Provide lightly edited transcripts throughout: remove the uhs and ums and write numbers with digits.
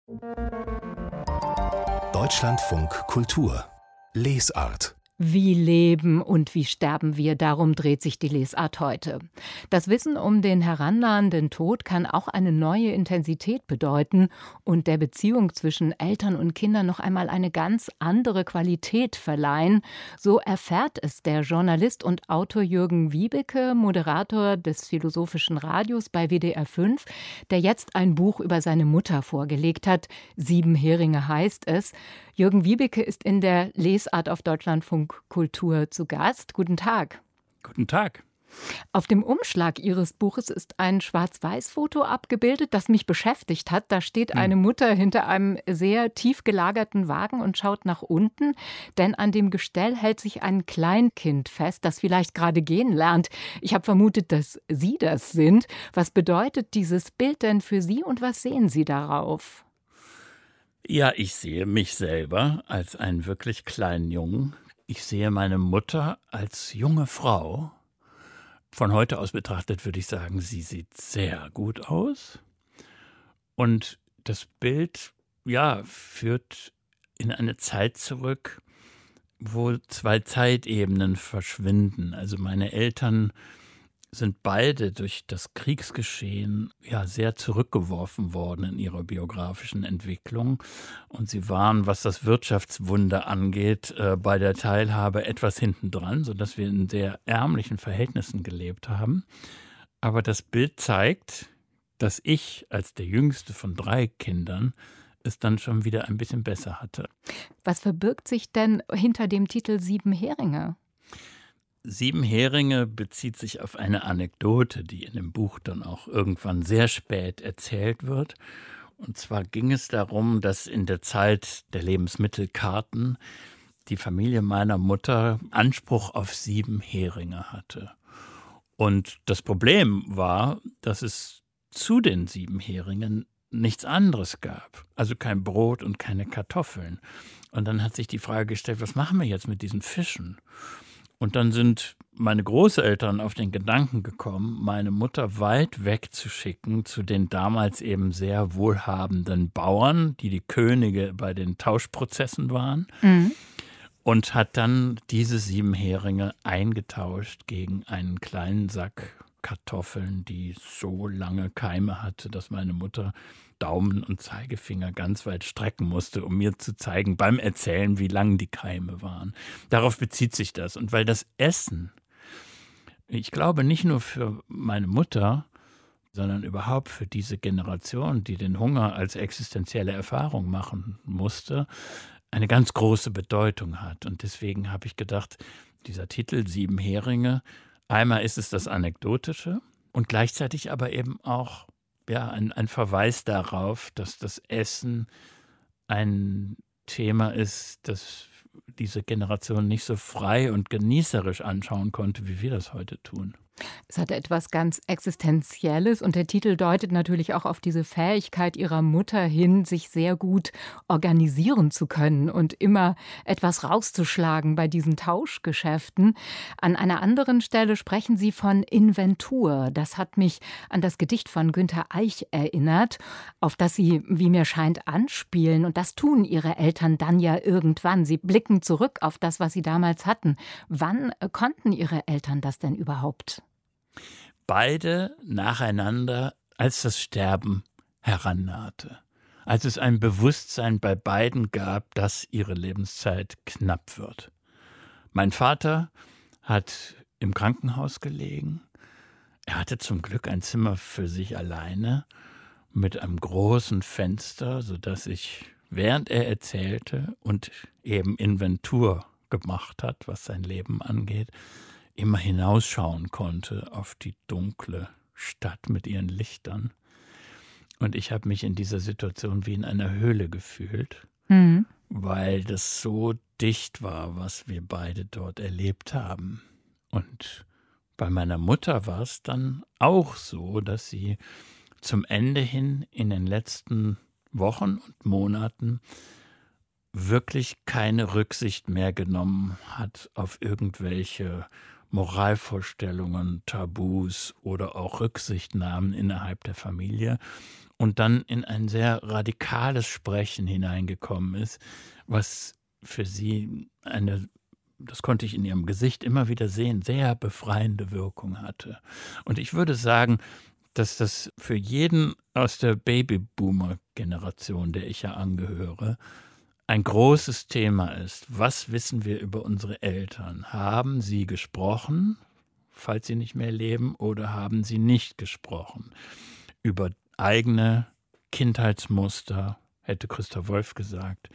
Deutschlandfunk Kultur Lesart. Wie leben und wie sterben wir, darum dreht sich die Lesart heute. Das Wissen um den herannahenden Tod kann auch eine neue Intensität bedeuten und der Beziehung zwischen Eltern und Kindern noch einmal eine ganz andere Qualität verleihen. So erfährt es der Journalist und Autor Jürgen Wiebeke, Moderator des Philosophischen Radios bei WDR 5, der jetzt ein Buch über seine Mutter vorgelegt hat. 7 Heringe heißt es. Jürgen Wiebeke ist in der Lesart auf Deutschlandfunk Kultur zu Gast. Guten Tag. Guten Tag. Auf dem Umschlag Ihres Buches ist ein Schwarz-Weiß-Foto abgebildet, das mich beschäftigt hat. Da steht eine Mutter hinter einem sehr tief gelagerten Wagen und schaut nach unten, denn an dem Gestell hält sich ein Kleinkind fest, das vielleicht gerade gehen lernt. Ich habe vermutet, dass Sie das sind. Was bedeutet dieses Bild denn für Sie und was sehen Sie darauf? Ja, ich sehe mich selber als einen wirklich kleinen Jungen. Ich sehe meine Mutter als junge Frau. Von heute aus betrachtet würde ich sagen, sie sieht sehr gut aus. Und das Bild, ja, führt in eine Zeit zurück, wo 2 Zeitebenen verschwinden. Also meine Eltern sind beide durch das Kriegsgeschehen sehr zurückgeworfen worden in ihrer biografischen Entwicklung. Und sie waren, was das Wirtschaftswunder angeht, bei der Teilhabe etwas hintendran, sodass wir in sehr ärmlichen Verhältnissen gelebt haben. Aber das Bild zeigt, dass ich als der jüngste von 3 Kindern es dann schon wieder ein bisschen besser hatte. Was verbirgt sich denn hinter dem Titel 7 Heringe? 7 Heringe bezieht sich auf eine Anekdote, die in dem Buch dann auch irgendwann sehr spät erzählt wird. Und zwar ging es darum, dass in der Zeit der Lebensmittelkarten die Familie meiner Mutter Anspruch auf 7 Heringe hatte. Und das Problem war, dass es zu den 7 Heringen nichts anderes gab. Also kein Brot und keine Kartoffeln. Und dann hat sich die Frage gestellt, was machen wir jetzt mit diesen Fischen? Und dann sind meine Großeltern auf den Gedanken gekommen, meine Mutter weit weg zu schicken zu den damals eben sehr wohlhabenden Bauern, die die Könige bei den Tauschprozessen waren. Und hat dann diese 7 Heringe eingetauscht gegen einen kleinen Sack Kartoffeln, die so lange Keime hatte, dass meine Mutter Daumen und Zeigefinger ganz weit strecken musste, um mir zu zeigen beim Erzählen, wie lang die Keime waren. Darauf bezieht sich das. Und weil das Essen, ich glaube nicht nur für meine Mutter, sondern überhaupt für diese Generation, die den Hunger als existenzielle Erfahrung machen musste, eine ganz große Bedeutung hat. Und deswegen habe ich gedacht, dieser Titel 7 Heringe, einmal ist es das Anekdotische und gleichzeitig aber eben auch ein Verweis darauf, dass das Essen ein Thema ist, das diese Generation nicht so frei und genießerisch anschauen konnte, wie wir das heute tun. Es hat etwas ganz Existenzielles und der Titel deutet natürlich auch auf diese Fähigkeit ihrer Mutter hin, sich sehr gut organisieren zu können und immer etwas rauszuschlagen bei diesen Tauschgeschäften. An einer anderen Stelle sprechen Sie von Inventur. Das hat mich an das Gedicht von Günter Eich erinnert, auf das Sie, wie mir scheint, anspielen. Und das tun Ihre Eltern dann ja irgendwann. Sie blicken zurück auf das, was Sie damals hatten. Wann konnten Ihre Eltern das denn überhaupt? Beide nacheinander, als das Sterben herannahte. Als es ein Bewusstsein bei beiden gab, dass ihre Lebenszeit knapp wird. Mein Vater hat im Krankenhaus gelegen. Er hatte zum Glück ein Zimmer für sich alleine mit einem großen Fenster, sodass ich, während er erzählte und eben Inventur gemacht hat, was sein Leben angeht, immer hinausschauen konnte auf die dunkle Stadt mit ihren Lichtern. Und ich habe mich in dieser Situation wie in einer Höhle gefühlt, weil das so dicht war, was wir beide dort erlebt haben. Und bei meiner Mutter war es dann auch so, dass sie zum Ende hin in den letzten Wochen und Monaten wirklich keine Rücksicht mehr genommen hat auf irgendwelche Moralvorstellungen, Tabus oder auch Rücksichtnahmen innerhalb der Familie und dann in ein sehr radikales Sprechen hineingekommen ist, was für sie das konnte ich in ihrem Gesicht immer wieder sehen, sehr befreiende Wirkung hatte. Und ich würde sagen, dass das für jeden aus der Babyboomer-Generation, der ich ja angehöre, ein großes Thema ist. Was wissen wir über unsere Eltern? Haben sie gesprochen, falls sie nicht mehr leben, oder haben sie nicht gesprochen? Über eigene Kindheitsmuster, hätte Christoph Wolff gesagt,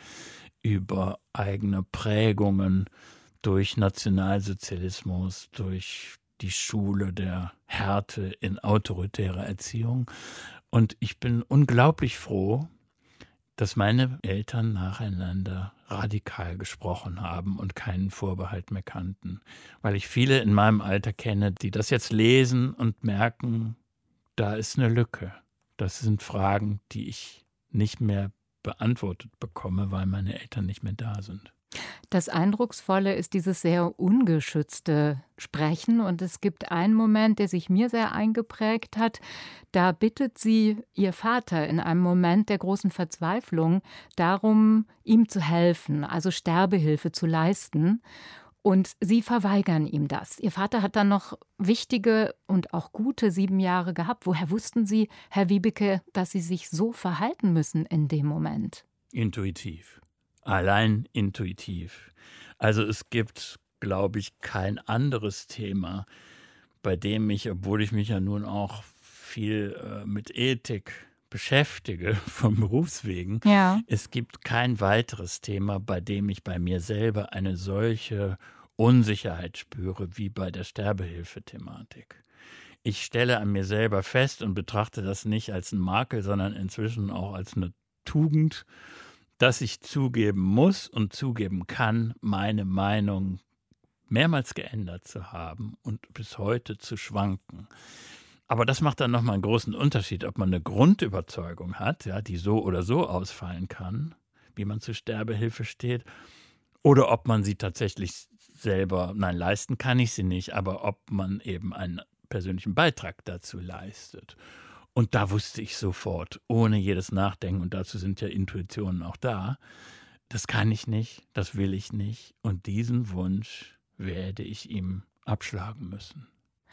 über eigene Prägungen durch Nationalsozialismus, durch die Schule der Härte in autoritärer Erziehung. Und ich bin unglaublich froh, dass meine Eltern nacheinander radikal gesprochen haben und keinen Vorbehalt mehr kannten. Weil ich viele in meinem Alter kenne, die das jetzt lesen und merken, da ist eine Lücke. Das sind Fragen, die ich nicht mehr beantwortet bekomme, weil meine Eltern nicht mehr da sind. Das Eindrucksvolle ist dieses sehr ungeschützte Sprechen. Und es gibt einen Moment, der sich mir sehr eingeprägt hat. Da bittet sie ihr Vater in einem Moment der großen Verzweiflung darum, ihm zu helfen, also Sterbehilfe zu leisten. Und sie verweigern ihm das. Ihr Vater hat dann noch wichtige und auch gute 7 Jahre gehabt. Woher wussten Sie, Herr Wiebeke, dass Sie sich so verhalten müssen in dem Moment? Intuitiv. Allein intuitiv. Also es gibt, glaube ich, kein anderes Thema, bei dem ich, obwohl ich mich ja nun auch viel mit Ethik beschäftige, vom Berufswegen, es gibt kein weiteres Thema, bei dem ich bei mir selber eine solche Unsicherheit spüre wie bei der Sterbehilfethematik. Ich stelle an mir selber fest und betrachte das nicht als einen Makel, sondern inzwischen auch als eine Tugend, dass ich zugeben muss und zugeben kann, meine Meinung mehrmals geändert zu haben und bis heute zu schwanken. Aber das macht dann nochmal einen großen Unterschied, ob man eine Grundüberzeugung hat, ja, die so oder so ausfallen kann, wie man zur Sterbehilfe steht, oder ob man sie tatsächlich selber, nein, leisten kann ich sie nicht, aber ob man eben einen persönlichen Beitrag dazu leistet. Und da wusste ich sofort, ohne jedes Nachdenken, und dazu sind ja Intuitionen auch da, das kann ich nicht, das will ich nicht, und diesen Wunsch werde ich ihm abschlagen müssen.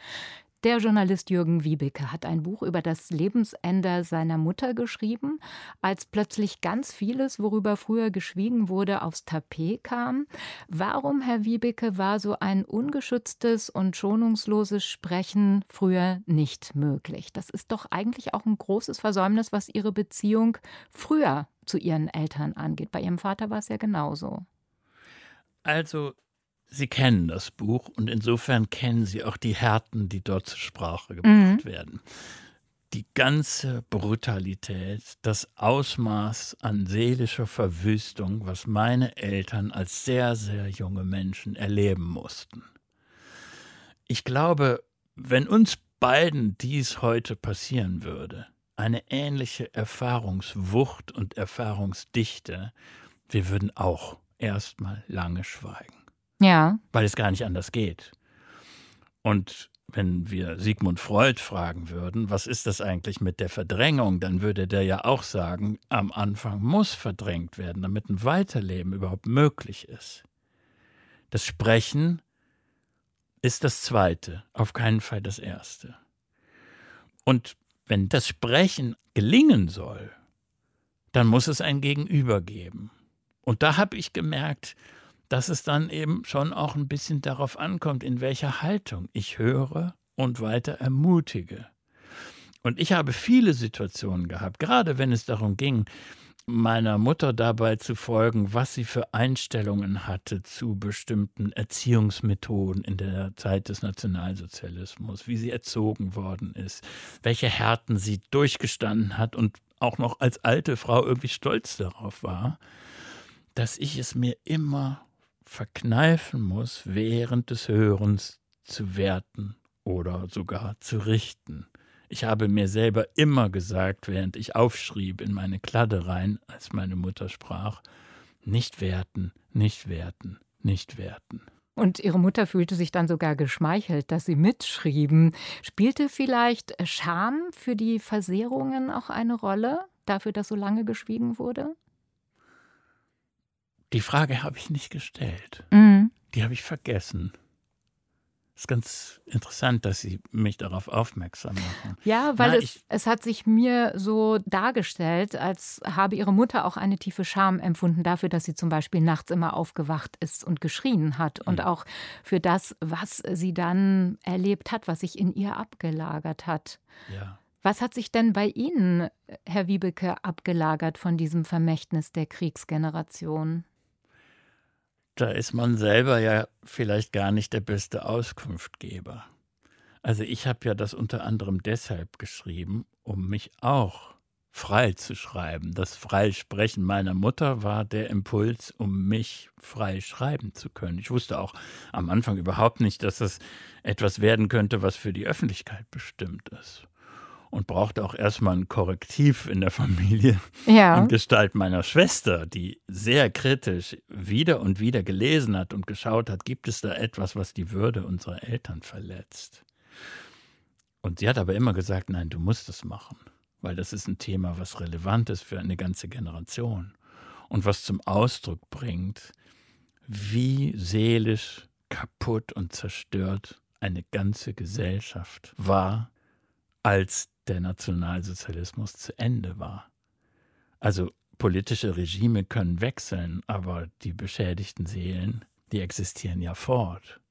Der Journalist Jürgen Wiebeke hat ein Buch über das Lebensende seiner Mutter geschrieben, als plötzlich ganz vieles, worüber früher geschwiegen wurde, aufs Tapet kam. Warum, Herr Wiebeke, war so ein ungeschütztes und schonungsloses Sprechen früher nicht möglich? Das ist doch eigentlich auch ein großes Versäumnis, was Ihre Beziehung früher zu Ihren Eltern angeht. Bei Ihrem Vater war es ja genauso. Also, Sie kennen das Buch und insofern kennen Sie auch die Härten, die dort zur Sprache gebracht werden. Die ganze Brutalität, das Ausmaß an seelischer Verwüstung, was meine Eltern als sehr, sehr junge Menschen erleben mussten. Ich glaube, wenn uns beiden dies heute passieren würde, eine ähnliche Erfahrungswucht und Erfahrungsdichte, wir würden auch erstmal lange schweigen. Ja. Weil es gar nicht anders geht. Und wenn wir Sigmund Freud fragen würden, was ist das eigentlich mit der Verdrängung, dann würde der ja auch sagen, am Anfang muss verdrängt werden, damit ein Weiterleben überhaupt möglich ist. Das Sprechen ist das Zweite, auf keinen Fall das Erste. Und wenn das Sprechen gelingen soll, dann muss es ein Gegenüber geben. Und da habe ich gemerkt, dass es dann eben schon auch ein bisschen darauf ankommt, in welcher Haltung ich höre und weiter ermutige. Und ich habe viele Situationen gehabt, gerade wenn es darum ging, meiner Mutter dabei zu folgen, was sie für Einstellungen hatte zu bestimmten Erziehungsmethoden in der Zeit des Nationalsozialismus, wie sie erzogen worden ist, welche Härten sie durchgestanden hat und auch noch als alte Frau irgendwie stolz darauf war, dass ich es mir immer verkneifen muss, während des Hörens zu werten oder sogar zu richten. Ich habe mir selber immer gesagt, während ich aufschrieb in meine Kladde rein, als meine Mutter sprach, nicht werten, nicht werten, nicht werten. Und Ihre Mutter fühlte sich dann sogar geschmeichelt, dass Sie mitschrieben. Spielte vielleicht Scham für die Versehrungen auch eine Rolle, dafür, dass so lange geschwiegen wurde? Die Frage habe ich nicht gestellt. Mhm. Die habe ich vergessen. Es ist ganz interessant, dass Sie mich darauf aufmerksam machen. Ja, weil es hat sich mir so dargestellt, als habe Ihre Mutter auch eine tiefe Scham empfunden dafür, dass sie zum Beispiel nachts immer aufgewacht ist und geschrien hat und auch für das, was sie dann erlebt hat, was sich in ihr abgelagert hat. Ja. Was hat sich denn bei Ihnen, Herr Wiebeke, abgelagert von diesem Vermächtnis der Kriegsgeneration? Da ist man selber ja vielleicht gar nicht der beste Auskunftgeber. Also ich habe ja das unter anderem deshalb geschrieben, um mich auch frei zu schreiben. Das Freisprechen meiner Mutter war der Impuls, um mich frei schreiben zu können. Ich wusste auch am Anfang überhaupt nicht, dass das etwas werden könnte, was für die Öffentlichkeit bestimmt ist. Und brauchte auch erstmal ein Korrektiv in der Familie in Gestalt meiner Schwester, die sehr kritisch wieder und wieder gelesen hat und geschaut hat, gibt es da etwas, was die Würde unserer Eltern verletzt? Und sie hat aber immer gesagt, nein, du musst es machen, weil das ist ein Thema, was relevant ist für eine ganze Generation und was zum Ausdruck bringt, wie seelisch kaputt und zerstört eine ganze Gesellschaft war, als der Nationalsozialismus zu Ende war. Also politische Regime können wechseln, aber die beschädigten Seelen, die existieren ja fort.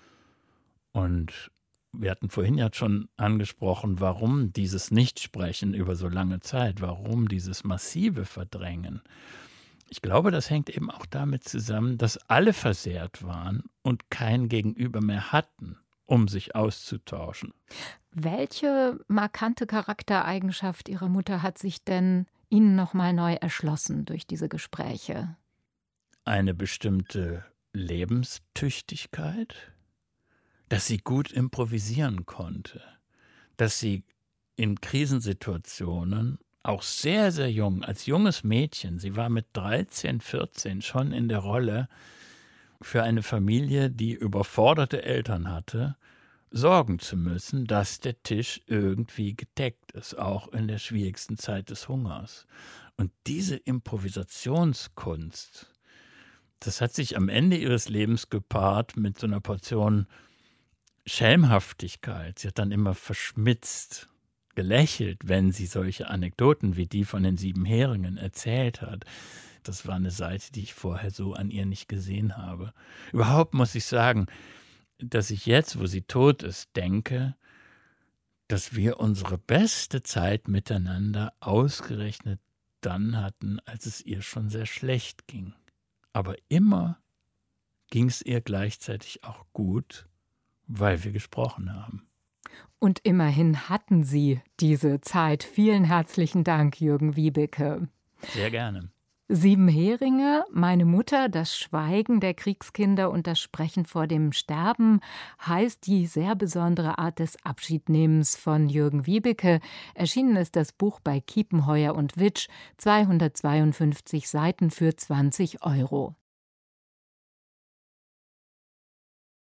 Und wir hatten vorhin ja schon angesprochen, warum dieses Nichtsprechen über so lange Zeit, warum dieses massive Verdrängen. Ich glaube, das hängt eben auch damit zusammen, dass alle versehrt waren und kein Gegenüber mehr hatten, um sich auszutauschen. Welche markante Charaktereigenschaft Ihrer Mutter hat sich denn Ihnen noch mal neu erschlossen durch diese Gespräche? Eine bestimmte Lebenstüchtigkeit, dass sie gut improvisieren konnte, dass sie in Krisensituationen auch sehr, sehr jung, als junges Mädchen, sie war mit 13, 14 schon in der Rolle für eine Familie, die überforderte Eltern hatte, sorgen zu müssen, dass der Tisch irgendwie gedeckt ist, auch in der schwierigsten Zeit des Hungers. Und diese Improvisationskunst, das hat sich am Ende ihres Lebens gepaart mit so einer Portion Schelmhaftigkeit. Sie hat dann immer verschmitzt, gelächelt, wenn sie solche Anekdoten wie die von den 7 Heringen erzählt hat. Das war eine Seite, die ich vorher so an ihr nicht gesehen habe. Überhaupt muss ich sagen, dass ich jetzt, wo sie tot ist, denke, dass wir unsere beste Zeit miteinander ausgerechnet dann hatten, als es ihr schon sehr schlecht ging. Aber immer ging es ihr gleichzeitig auch gut, weil wir gesprochen haben. Und immerhin hatten Sie diese Zeit. Vielen herzlichen Dank, Jürgen Wiebeke. Sehr gerne. 7 Heringe, meine Mutter, das Schweigen der Kriegskinder und das Sprechen vor dem Sterben heißt die sehr besondere Art des Abschiednehmens von Jürgen Wiebeke. Erschienen ist das Buch bei Kiepenheuer und Witsch, 252 Seiten für 20 €.